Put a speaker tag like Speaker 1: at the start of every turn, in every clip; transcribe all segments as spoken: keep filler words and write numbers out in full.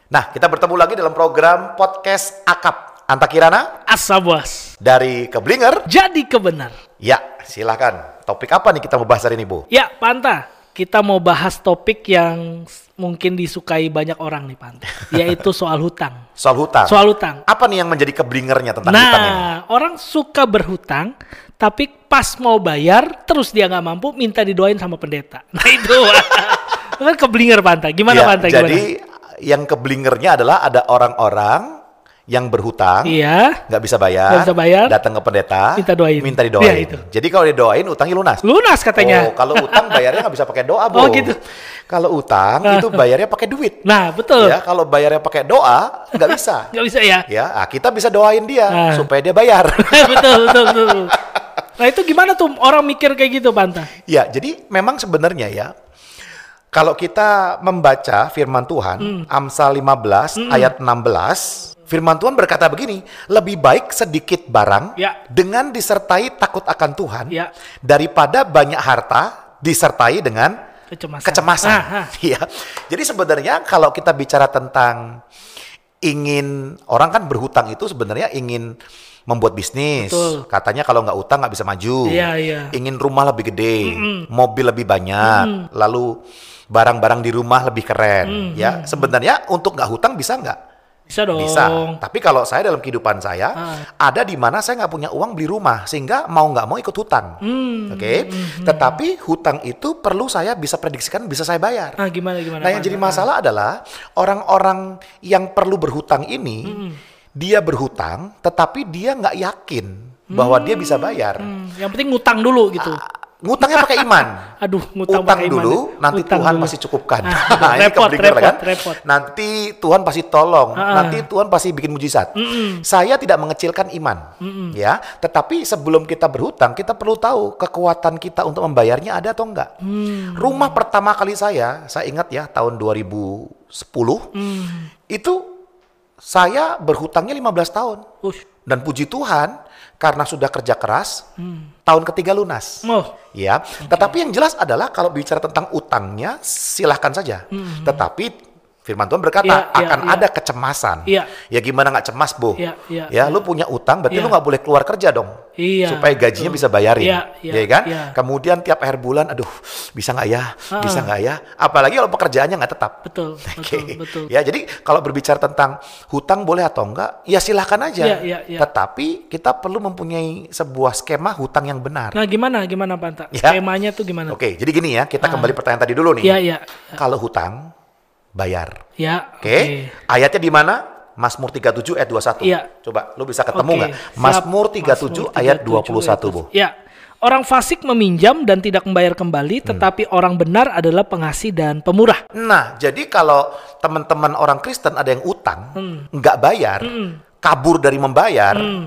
Speaker 1: Nah, kita bertemu lagi dalam program podcast Akap. Anta Kirana
Speaker 2: Asabwas
Speaker 1: dari Keblinger
Speaker 2: jadi kebenar.
Speaker 1: Ya, silakan. Topik apa nih kita mau bahas hari ini, Bu?
Speaker 2: Ya, Pak Anta, kita mau bahas topik yang mungkin disukai banyak orang nih, Pak Anta, yaitu soal hutang.
Speaker 1: Soal hutang.
Speaker 2: Soal hutang.
Speaker 1: Apa nih yang menjadi keblingernya tentang
Speaker 2: nah,
Speaker 1: hutang ini?
Speaker 2: Nah, orang suka berhutang, tapi pas mau bayar, terus dia nggak mampu, minta didoain sama pendeta. Nah itu, kan keblinger, Pak Anta. Gimana,
Speaker 1: Ya,
Speaker 2: Pak Anta?
Speaker 1: jadi yang keblingernya adalah ada orang-orang yang berhutang,
Speaker 2: iya,
Speaker 1: nggak bisa bayar,
Speaker 2: nggak bisa bayar,
Speaker 1: datang ke pendeta,
Speaker 2: minta doain,
Speaker 1: minta didoain.
Speaker 2: Ya, itu.
Speaker 1: Jadi kalau didoain, utangnya lunas.
Speaker 2: Lunas katanya.
Speaker 1: Oh, kalau utang bayarnya nggak bisa pakai doa, Bu.
Speaker 2: Oh gitu.
Speaker 1: Kalau utang itu bayarnya pakai duit.
Speaker 2: Nah, betul.
Speaker 1: Ya, kalau bayarnya pakai doa nggak bisa.
Speaker 2: Nggak bisa ya.
Speaker 1: Ya, nah, kita bisa doain dia
Speaker 2: nah.
Speaker 1: supaya dia bayar.
Speaker 2: betul, betul, betul. Nah itu gimana tuh orang mikir kayak gitu, Panta?
Speaker 1: Ya, jadi memang sebenarnya ya, kalau kita membaca firman Tuhan, hmm. Amsal lima belas hmm. ayat enam belas, firman Tuhan berkata begini, lebih baik sedikit barang
Speaker 2: ya.
Speaker 1: dengan disertai takut akan Tuhan
Speaker 2: ya.
Speaker 1: daripada banyak harta disertai dengan
Speaker 2: kecemasan.
Speaker 1: kecemasan.
Speaker 2: Ah, ah.
Speaker 1: Ya. Jadi sebenarnya kalau kita bicara tentang ingin, orang kan berhutang itu sebenarnya ingin membuat bisnis.
Speaker 2: Betul.
Speaker 1: Katanya kalau nggak utang nggak bisa maju.
Speaker 2: Iya, iya.
Speaker 1: Ingin rumah lebih gede, mm-mm. mobil lebih banyak, mm. lalu barang-barang di rumah lebih keren. Mm-hmm. Ya, sebenarnya untuk nggak hutang bisa nggak?
Speaker 2: Bisa dong.
Speaker 1: Bisa. Tapi kalau saya dalam kehidupan saya ah. ada di mana saya nggak punya uang beli rumah, sehingga mau nggak mau ikut hutang. Mm. Oke. Okay? Mm-hmm. Tetapi hutang itu perlu saya bisa prediksikan bisa saya bayar.
Speaker 2: Ah, gimana gimana?
Speaker 1: Nah, yang jadi masalah ah. adalah orang-orang yang perlu berhutang ini. Mm. Dia berhutang, tetapi dia nggak yakin bahwa hmm, dia bisa bayar. Hmm.
Speaker 2: Yang penting ngutang dulu gitu. Uh,
Speaker 1: ngutangnya pakai iman.
Speaker 2: Aduh, ngutang
Speaker 1: Utang
Speaker 2: pakai
Speaker 1: dulu,
Speaker 2: iman.
Speaker 1: nanti
Speaker 2: Utang
Speaker 1: Tuhan
Speaker 2: dulu.
Speaker 1: pasti cukupkan.
Speaker 2: Ah,
Speaker 1: nah, ini
Speaker 2: repot, repot,
Speaker 1: kan?
Speaker 2: repot.
Speaker 1: Nanti Tuhan pasti tolong.
Speaker 2: Ah,
Speaker 1: nanti Tuhan pasti bikin mujizat. Mm-mm. Saya tidak mengecilkan iman, Mm-mm. ya. Tetapi sebelum kita berhutang, kita perlu tahu kekuatan kita untuk membayarnya ada atau enggak. Hmm. Rumah pertama kali saya, saya ingat ya, tahun dua ribu sepuluh, hmm. itu saya berhutangnya lima belas tahun. Ush. Dan puji Tuhan, karena sudah kerja keras, hmm. tahun ketiga lunas. Oh. Ya, okay. Tetapi yang jelas adalah kalau bicara tentang utangnya, silahkan saja. Hmm. Tetapi firman Tuhan berkata ya, akan ya, ada ya. kecemasan. Ya. ya gimana nggak cemas, Bu? Ya, ya, ya, ya, lu punya utang, berarti ya. lu nggak boleh keluar kerja dong. Iya, supaya gajinya betul. bisa bayarin, ya, ya, ya kan? Ya. Kemudian tiap akhir bulan, aduh, bisa nggak ya, ah. bisa nggak ya? Apalagi kalau pekerjaannya nggak tetap.
Speaker 2: Betul,
Speaker 1: okay.
Speaker 2: betul, betul.
Speaker 1: Ya, jadi kalau berbicara tentang hutang boleh atau enggak, ya silahkan aja.
Speaker 2: Ya, ya, ya.
Speaker 1: Tetapi kita perlu mempunyai sebuah skema hutang yang benar.
Speaker 2: Nah, gimana, gimana, Panta?
Speaker 1: Ya?
Speaker 2: Skemanya tuh gimana?
Speaker 1: Oke, jadi gini ya, kita ah. kembali pertanyaan tadi dulu nih.
Speaker 2: Iya, iya. Ya.
Speaker 1: Kalau hutang, bayar.
Speaker 2: Ya.
Speaker 1: Oke. Okay. Okay. Ayatnya di mana? Mazmur tiga puluh tujuh ayat dua puluh satu.
Speaker 2: Ya.
Speaker 1: Coba lu bisa ketemu nggak?
Speaker 2: Okay.
Speaker 1: Mazmur tiga puluh tujuh ayat dua puluh satu, Bu.
Speaker 2: Ya. Orang fasik meminjam dan tidak membayar kembali, tetapi hmm. orang benar adalah pengasih dan pemurah.
Speaker 1: Nah, jadi kalau teman-teman orang Kristen ada yang utang, hmm. nggak bayar, hmm. kabur dari membayar, hmm.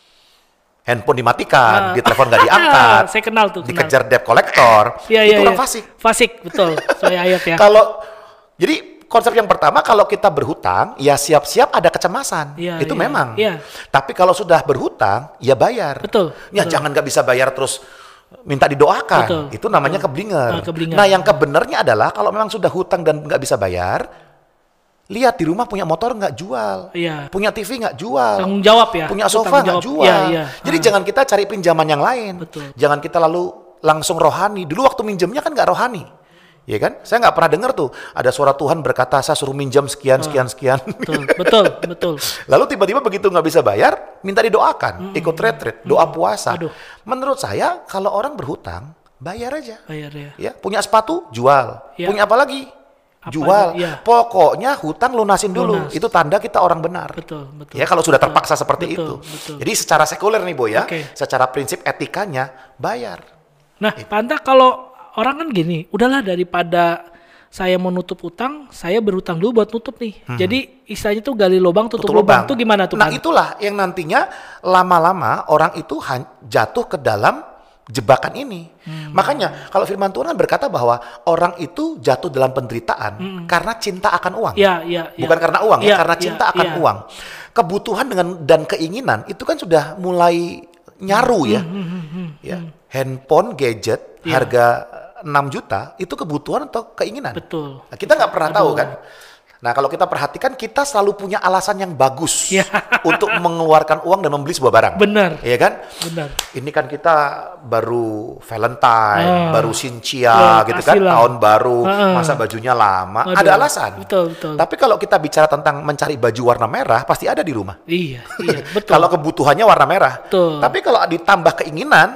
Speaker 1: handphone dimatikan, uh. di telepon nggak diangkat,
Speaker 2: saya kenal tuh, kenal.
Speaker 1: dikejar debt collector,
Speaker 2: ya,
Speaker 1: itu
Speaker 2: ya,
Speaker 1: orang
Speaker 2: ya.
Speaker 1: fasik.
Speaker 2: Fasik, betul. Soalnya ayat ya.
Speaker 1: Kalau jadi konsep yang pertama, kalau kita berhutang, ya siap-siap ada kecemasan. Ya, itu ya, memang. Ya. Tapi kalau sudah berhutang, ya bayar.
Speaker 2: Betul.
Speaker 1: Ya
Speaker 2: betul. Jangan
Speaker 1: nggak bisa bayar terus minta didoakan. Betul, itu namanya betul. keblinger.
Speaker 2: Uh, keblinger.
Speaker 1: Nah, yang kebenarnya adalah kalau memang sudah hutang dan nggak bisa bayar, lihat di rumah punya motor nggak jual,
Speaker 2: ya.
Speaker 1: punya T V nggak jual,
Speaker 2: tanggung jawab ya,
Speaker 1: punya sofa nggak jual.
Speaker 2: Ya, ya.
Speaker 1: Jadi uh. jangan kita cari pinjaman yang lain. Betul. Jangan kita lalu langsung rohani. Dulu waktu minjemnya kan nggak rohani. Ya kan? Saya nggak pernah dengar tuh ada suara Tuhan berkata saya suruh minjam sekian, sekian, sekian.
Speaker 2: Betul, betul, betul.
Speaker 1: Lalu tiba-tiba begitu nggak bisa bayar, minta didoakan, mm, ikut retreat, doa
Speaker 2: mm,
Speaker 1: puasa.
Speaker 2: Aduh.
Speaker 1: Menurut saya kalau orang berhutang, bayar aja.
Speaker 2: Bayar ya.
Speaker 1: Ya, punya sepatu, jual. Ya. Punya apa lagi? Apa jual. Ya. Pokoknya hutang lunasin dulu. Lunas. Itu tanda kita orang benar. Betul, betul. Ya kalau sudah betul, terpaksa seperti betul, itu. Betul. Jadi secara sekuler nih, Bu ya, okay. secara prinsip etikanya bayar.
Speaker 2: Nah, Panta kalau orang kan gini, udahlah daripada saya mau nutup utang, saya berutang dulu buat nutup nih. Hmm. Jadi istilahnya tuh gali lubang, tutup, tutup lubang. Itu gimana tuh?
Speaker 1: Nah, itulah yang nantinya lama-lama orang itu jatuh ke dalam jebakan ini. Hmm. Makanya kalau firman Tuhan kan berkata bahwa orang itu jatuh dalam penderitaan hmm. karena cinta akan uang.
Speaker 2: Ya, ya, ya.
Speaker 1: Bukan karena uang, ya, ya karena
Speaker 2: ya,
Speaker 1: cinta
Speaker 2: ya,
Speaker 1: akan
Speaker 2: ya.
Speaker 1: uang. Kebutuhan dengan dan keinginan itu kan sudah mulai nyaru ya. Hmm, hmm, hmm, ya. Hmm. Handphone, gadget, ya. harga enam juta itu kebutuhan atau keinginan?
Speaker 2: Betul.
Speaker 1: Nah, kita nggak pernah Aduh. tahu kan. Nah, kalau kita perhatikan, kita selalu punya alasan yang bagus
Speaker 2: Ya.
Speaker 1: untuk mengeluarkan uang dan membeli sebuah barang.
Speaker 2: Benar.
Speaker 1: Iya kan?
Speaker 2: Benar.
Speaker 1: Ini kan kita baru Valentine,
Speaker 2: Ah.
Speaker 1: baru Cynthia
Speaker 2: Ya,
Speaker 1: gitu kan,
Speaker 2: kasihlah.
Speaker 1: tahun baru,
Speaker 2: Ah.
Speaker 1: masa bajunya lama,
Speaker 2: Aduh.
Speaker 1: ada alasan.
Speaker 2: Betul, betul.
Speaker 1: Tapi kalau kita bicara tentang mencari baju warna merah, pasti ada di rumah.
Speaker 2: Iya, iya, betul.
Speaker 1: Kalau kebutuhannya warna merah.
Speaker 2: Betul.
Speaker 1: Tapi kalau ditambah keinginan,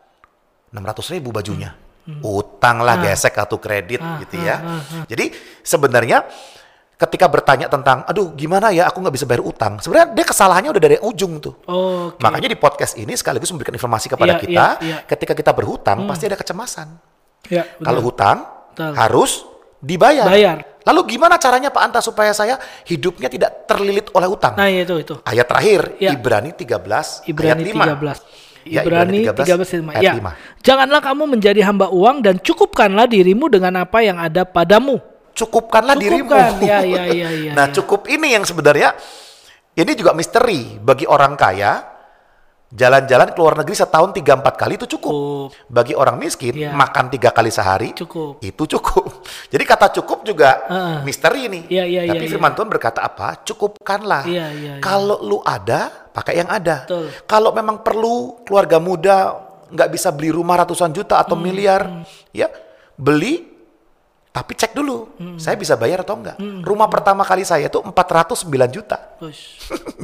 Speaker 1: enam ratus ribu bajunya. Hmm. Utang lah,
Speaker 2: Ah.
Speaker 1: gesek kartu kredit
Speaker 2: Ah,
Speaker 1: gitu
Speaker 2: ah,
Speaker 1: ya.
Speaker 2: ah, ah.
Speaker 1: Jadi sebenarnya ketika bertanya tentang, aduh gimana ya aku nggak bisa bayar utang, sebenarnya dia kesalahannya udah dari ujung tuh.
Speaker 2: Oh, oke.
Speaker 1: Makanya di podcast ini sekaligus memberikan informasi kepada
Speaker 2: Iya,
Speaker 1: kita,
Speaker 2: iya, iya.
Speaker 1: ketika kita berhutang pasti ada kecemasan.
Speaker 2: Ya, benar.
Speaker 1: Kalau hutang
Speaker 2: Betul.
Speaker 1: harus dibayar.
Speaker 2: Bayar.
Speaker 1: Lalu gimana caranya Pak Anta supaya saya hidupnya tidak terlilit oleh utang?
Speaker 2: Nah, itu itu.
Speaker 1: Ayat terakhir,
Speaker 2: Ya.
Speaker 1: Ibrani tiga belas
Speaker 2: Ibrani
Speaker 1: ayat lima.
Speaker 2: tiga belas.
Speaker 1: Ya,
Speaker 2: Ibrani
Speaker 1: Ibrani
Speaker 2: tiga belas ayat lima.
Speaker 1: ayat
Speaker 2: Ya.
Speaker 1: lima.
Speaker 2: Janganlah kamu menjadi hamba uang dan cukupkanlah dirimu dengan apa yang ada padamu.
Speaker 1: Cukupkanlah
Speaker 2: Cukupkan.
Speaker 1: dirimu.
Speaker 2: Ya, ya, ya, ya,
Speaker 1: nah,
Speaker 2: ya.
Speaker 1: cukup ini yang sebenarnya ini juga misteri bagi orang kaya. Jalan-jalan ke luar negeri setahun tiga empat kali itu cukup.
Speaker 2: Cukup.
Speaker 1: Bagi orang miskin
Speaker 2: Ya.
Speaker 1: makan tiga kali sehari
Speaker 2: Cukup.
Speaker 1: itu cukup. Jadi kata cukup juga
Speaker 2: Uh-uh.
Speaker 1: misteri nih.
Speaker 2: Iya, iya,
Speaker 1: Tapi
Speaker 2: iya,
Speaker 1: firman Tuhan berkata apa? Cukupkanlah.
Speaker 2: Iya, iya, iya.
Speaker 1: Kalau lu ada, pakai yang ada.
Speaker 2: Betul.
Speaker 1: Kalau memang perlu keluarga muda nggak bisa beli rumah ratusan juta atau
Speaker 2: Hmm,
Speaker 1: miliar, ya beli. Tapi cek dulu,
Speaker 2: Hmm.
Speaker 1: saya bisa bayar atau enggak. Rumah pertama kali saya itu empat ratus sembilan juta.
Speaker 2: Ush.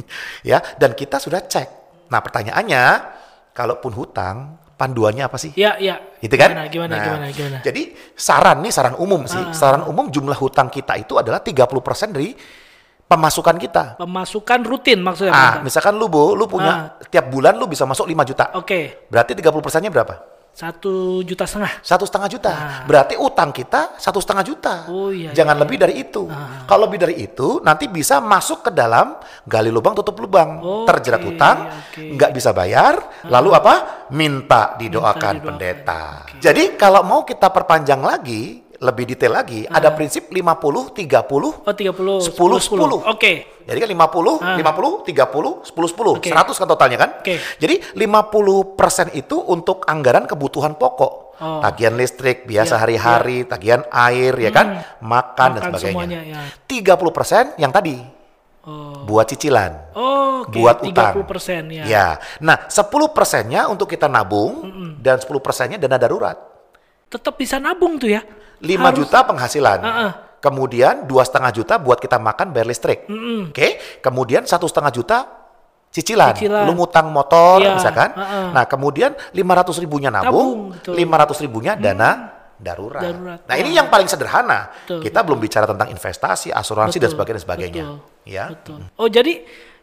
Speaker 1: Ya, dan kita sudah cek. Nah, pertanyaannya, kalaupun hutang, panduannya apa sih?
Speaker 2: Ya, ya.
Speaker 1: Gitu kan?
Speaker 2: Gimana, gimana,
Speaker 1: Nah,
Speaker 2: gimana, gimana.
Speaker 1: Jadi saran nih, saran umum sih.
Speaker 2: Ah.
Speaker 1: Saran umum jumlah hutang kita itu adalah tiga puluh persen dari pemasukan kita.
Speaker 2: Pemasukan rutin maksudnya.
Speaker 1: Ah,
Speaker 2: Bang.
Speaker 1: misalkan lu, Bu, lu punya tiap bulan lu bisa masuk lima juta.
Speaker 2: Oke.
Speaker 1: Berarti tiga puluh persennya berapa?
Speaker 2: Satu juta setengah.
Speaker 1: Satu setengah juta.
Speaker 2: Ah.
Speaker 1: Berarti utang kita satu setengah juta.
Speaker 2: Oh, iya,
Speaker 1: Jangan
Speaker 2: iya,
Speaker 1: lebih dari itu. Kalau lebih dari itu, nanti bisa masuk ke dalam gali lubang tutup lubang.
Speaker 2: Oh,
Speaker 1: Terjerat
Speaker 2: oke,
Speaker 1: utang,
Speaker 2: oke.
Speaker 1: nggak bisa bayar, lalu apa? Minta didoakan
Speaker 2: didoakan.
Speaker 1: pendeta. Jadi kalau mau kita perpanjang lagi, lebih detail lagi, ada prinsip lima puluh, tiga puluh,
Speaker 2: Oh, tiga puluh.
Speaker 1: sepuluh, sepuluh.
Speaker 2: Oke.
Speaker 1: Jadi kan lima puluh,
Speaker 2: Ah.
Speaker 1: lima puluh, tiga puluh, sepuluh, sepuluh.
Speaker 2: Oke.
Speaker 1: seratus kan totalnya kan?
Speaker 2: Oke.
Speaker 1: Jadi lima puluh persen itu untuk anggaran kebutuhan pokok.
Speaker 2: Oh.
Speaker 1: Tagihan listrik, biasa
Speaker 2: Ya,
Speaker 1: hari-hari, tagihan air, ya kan? Makan, dan
Speaker 2: Makan
Speaker 1: sebagainya.
Speaker 2: semuanya, ya.
Speaker 1: tiga puluh persen yang tadi,
Speaker 2: Oh.
Speaker 1: buat cicilan.
Speaker 2: Oh, oke.
Speaker 1: Buat
Speaker 2: tiga
Speaker 1: utang.
Speaker 2: puluh persen ya.
Speaker 1: Ya. Nah, sepuluh persennya untuk kita nabung, dan sepuluh persennya dana darurat.
Speaker 2: Tetap bisa nabung tuh ya.
Speaker 1: lima
Speaker 2: Harus-
Speaker 1: juta penghasilan.
Speaker 2: Uh-uh.
Speaker 1: Kemudian dua setengah juta buat kita makan bayar listrik. Oke. Kemudian satu setengah juta cicilan.
Speaker 2: Cicilan.
Speaker 1: Lu ngutang motor
Speaker 2: Iya,
Speaker 1: misalkan.
Speaker 2: uh-uh.
Speaker 1: Nah, kemudian lima ratus ribunya
Speaker 2: Tabung,
Speaker 1: nabung,
Speaker 2: betul.
Speaker 1: lima ratus ribunya dana darurat.
Speaker 2: Darurat.
Speaker 1: Nah, ini
Speaker 2: Wah.
Speaker 1: yang paling sederhana.
Speaker 2: Betul,
Speaker 1: Kita belum bicara tentang investasi, asuransi dan
Speaker 2: Betul,
Speaker 1: sebagainya dan sebagainya.
Speaker 2: betul,
Speaker 1: Ya.
Speaker 2: Betul. Oh, jadi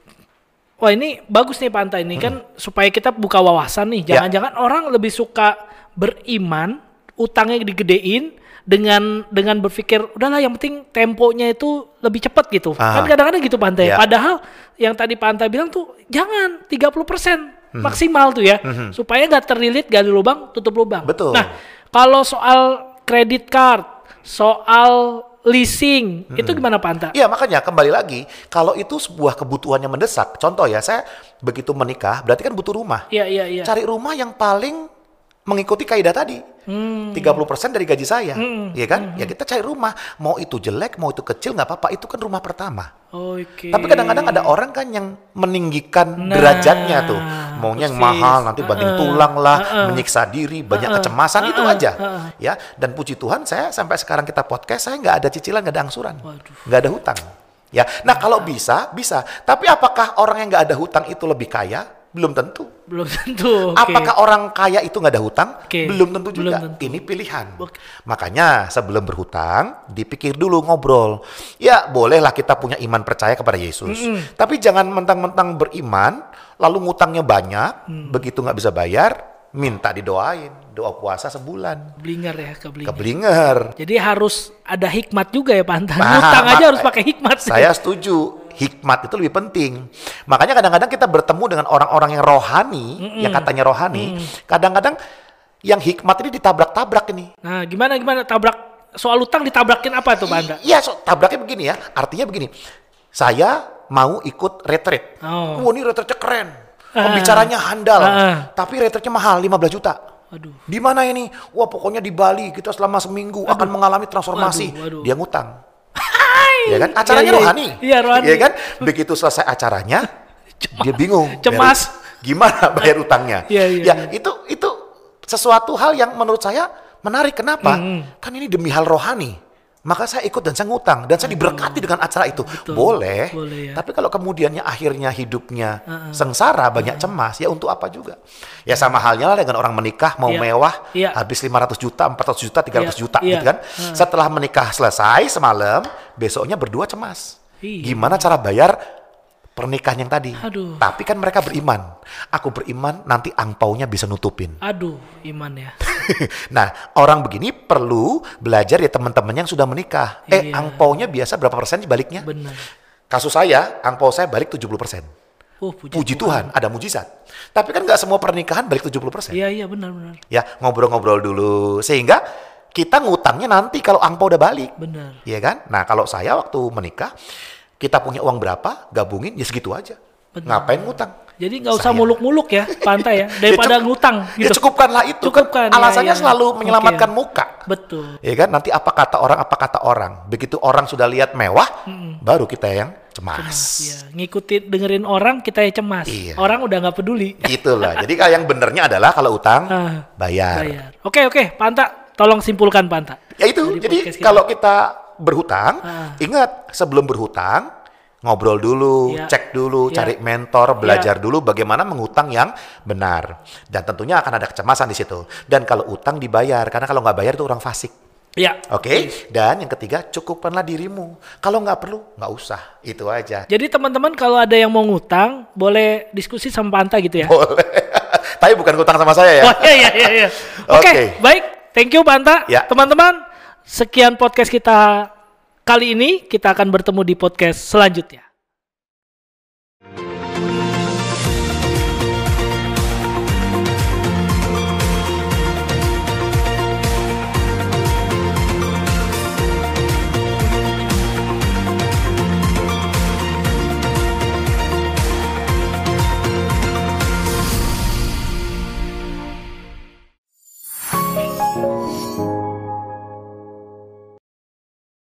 Speaker 2: wah ini bagus nih Pak Anta ini kan supaya kita buka wawasan nih.
Speaker 1: Ya.
Speaker 2: Jangan-jangan orang lebih suka beriman, utangnya digedein dengan dengan berpikir udahlah yang penting temponya itu lebih cepat gitu.
Speaker 1: Ah.
Speaker 2: Kan kadang-kadang gitu Pak Anta. ya.
Speaker 1: Ya.
Speaker 2: Padahal yang tadi Pak Anta bilang tuh jangan tiga puluh persen maksimal tuh ya. Supaya nggak terlilit gali lubang tutup lubang.
Speaker 1: Betul.
Speaker 2: Nah, kalau soal kredit card, soal leasing, itu gimana Pak Anta?
Speaker 1: Iya, makanya kembali lagi, kalau itu sebuah kebutuhan yang mendesak. Contoh ya, saya begitu menikah, berarti kan butuh rumah.
Speaker 2: Iya, iya, iya.
Speaker 1: Cari rumah yang paling mengikuti kaidah tadi. tiga puluh persen dari gaji saya. Iya kan? Ya kita cari rumah. Mau itu jelek, mau itu kecil, nggak apa-apa. Itu kan rumah pertama.
Speaker 2: Oke.
Speaker 1: Tapi kadang-kadang ada orang kan yang meninggikan
Speaker 2: Nah,
Speaker 1: derajatnya tuh. Maunya yang
Speaker 2: persis.
Speaker 1: mahal, nanti banding
Speaker 2: Uh-uh.
Speaker 1: tulang lah,
Speaker 2: Uh-uh.
Speaker 1: menyiksa diri, banyak
Speaker 2: Uh-uh.
Speaker 1: kecemasan, itu
Speaker 2: Uh-uh.
Speaker 1: aja.
Speaker 2: Uh-uh.
Speaker 1: Ya, dan puji Tuhan saya sampai sekarang kita podcast, saya nggak ada cicilan, nggak ada angsuran.
Speaker 2: Waduh.
Speaker 1: Nggak ada hutang. Ya, nah kalau bisa, bisa. Tapi apakah orang yang nggak ada hutang itu lebih kaya? Belum tentu.
Speaker 2: Belum tentu. oke.
Speaker 1: Apakah orang kaya itu nggak ada hutang?
Speaker 2: Oke.
Speaker 1: Belum tentu
Speaker 2: Belum
Speaker 1: juga.
Speaker 2: tentu.
Speaker 1: Ini pilihan.
Speaker 2: Oke.
Speaker 1: Makanya sebelum berhutang, dipikir dulu ngobrol. Ya bolehlah kita punya iman percaya kepada Yesus. Tapi jangan mentang-mentang beriman, lalu ngutangnya banyak,
Speaker 2: Mm.
Speaker 1: begitu nggak bisa bayar, minta didoain. Doa puasa sebulan.
Speaker 2: Keblinger ya, keblinger.
Speaker 1: Keblinger.
Speaker 2: Jadi harus ada hikmat juga ya Pak Anta.
Speaker 1: Nah,
Speaker 2: Ngutang aja
Speaker 1: mak-
Speaker 2: harus pakai hikmat.
Speaker 1: Saya setuju. Hikmat itu lebih penting. Makanya kadang-kadang kita bertemu dengan orang-orang yang rohani, yang katanya rohani, kadang-kadang yang hikmat ini ditabrak-tabrak ini.
Speaker 2: Nah, gimana gimana tabrak soal utang ditabrakin apa tuh Pak Anta?
Speaker 1: Iya, so, tabraknya begini ya. Artinya begini. Saya mau ikut retreat.
Speaker 2: Oh.
Speaker 1: Wah, ini retreatnya keren. Pembicaranya handal.
Speaker 2: Ah.
Speaker 1: Tapi retreatnya mahal, lima belas juta.
Speaker 2: Aduh.
Speaker 1: Di mana ini? Wah, pokoknya di Bali kita selama seminggu akan mengalami transformasi.
Speaker 2: Waduh, waduh.
Speaker 1: Dia ngutang. Ya kan? Acaranya
Speaker 2: ya, ya,
Speaker 1: rohani.
Speaker 2: Iya, rohani.
Speaker 1: Ya kan? Begitu selesai acaranya, cemas. Dia bingung.
Speaker 2: Cemas.
Speaker 1: Bayar, gimana bayar utangnya?
Speaker 2: Ya, ya,
Speaker 1: ya,
Speaker 2: ya.
Speaker 1: itu itu sesuatu hal yang menurut saya menarik. Kenapa? Mm-hmm. Kan ini demi hal rohani. Maka saya ikut dan saya ngutang dan saya diberkati dengan acara itu.
Speaker 2: Betul.
Speaker 1: Boleh,
Speaker 2: Boleh ya.
Speaker 1: Tapi kalau kemudiannya akhirnya hidupnya
Speaker 2: uh-uh.
Speaker 1: sengsara, banyak uh-uh. cemas, ya untuk apa juga? Ya sama halnya lah dengan orang menikah, mau
Speaker 2: yeah.
Speaker 1: mewah,
Speaker 2: yeah.
Speaker 1: habis lima ratus juta, empat ratus juta, tiga ratus
Speaker 2: yeah.
Speaker 1: juta
Speaker 2: yeah.
Speaker 1: gitu kan. Uh-huh. Setelah menikah selesai semalam, besoknya berdua cemas.
Speaker 2: Iya.
Speaker 1: Gimana cara bayar pernikahan yang tadi?
Speaker 2: Aduh.
Speaker 1: Tapi kan mereka beriman. Aku beriman nanti angpaunya bisa nutupin.
Speaker 2: Aduh, iman ya.
Speaker 1: Nah, orang begini perlu belajar ya teman-teman yang sudah menikah. Eh,
Speaker 2: iya.
Speaker 1: angpaunya biasa berapa persen sih baliknya?
Speaker 2: Benar.
Speaker 1: Kasus saya, angpau saya balik tujuh puluh persen.
Speaker 2: Oh, puji,
Speaker 1: puji Tuhan. Tuhan, ada mujizat. Tapi kan nggak semua pernikahan balik tujuh puluh persen.
Speaker 2: Iya, iya, benar-benar.
Speaker 1: Ya, ngobrol-ngobrol dulu. Sehingga kita ngutangnya nanti kalau angpau udah balik.
Speaker 2: Benar.
Speaker 1: Iya kan? Nah, kalau saya waktu menikah, kita punya uang berapa, gabungin, ya segitu aja. Benar. Ngapain ngutang?
Speaker 2: Jadi nggak usah muluk-muluk ya, pantai ya, daripada
Speaker 1: ya,
Speaker 2: ngutang. Gitu.
Speaker 1: Ya cukupkanlah itu.
Speaker 2: Cukupkan,
Speaker 1: kan alasannya
Speaker 2: ya, ya.
Speaker 1: selalu menyelamatkan
Speaker 2: okay.
Speaker 1: muka.
Speaker 2: Betul.
Speaker 1: Ya kan, nanti apa kata orang, apa kata orang. Begitu orang sudah lihat mewah, mm-mm. baru kita yang cemas. cemas
Speaker 2: ya. Ngikutin, dengerin orang, kita yang cemas. Iya. Orang udah nggak peduli.
Speaker 1: Itulah. Jadi kalau yang benernya adalah kalau utang, uh, bayar.
Speaker 2: bayar. Oke, oke. Panta, tolong simpulkan Panta.
Speaker 1: Ya itu. Jadi kita. Kalau kita berhutang, uh. ingat sebelum berhutang, ngobrol dulu, ya. cek dulu, ya. cari mentor, belajar ya. dulu bagaimana mengutang yang benar. Dan tentunya akan ada kecemasan di situ. Dan kalau utang dibayar, karena kalau nggak bayar itu orang fasik.
Speaker 2: Ya.
Speaker 1: Oke. Okay? Dan yang ketiga, cukupkanlah dirimu. Kalau nggak perlu, nggak usah. Itu aja.
Speaker 2: Jadi teman-teman kalau ada yang mau ngutang, boleh diskusi sama Panta gitu ya?
Speaker 1: Boleh. Tapi bukan ngutang sama saya ya.
Speaker 2: Oh iya iya iya. Oke, okay, okay. Baik. Thank you Panta.
Speaker 1: Ya.
Speaker 2: Teman-teman, sekian podcast kita kali ini. Kita akan bertemu di podcast selanjutnya.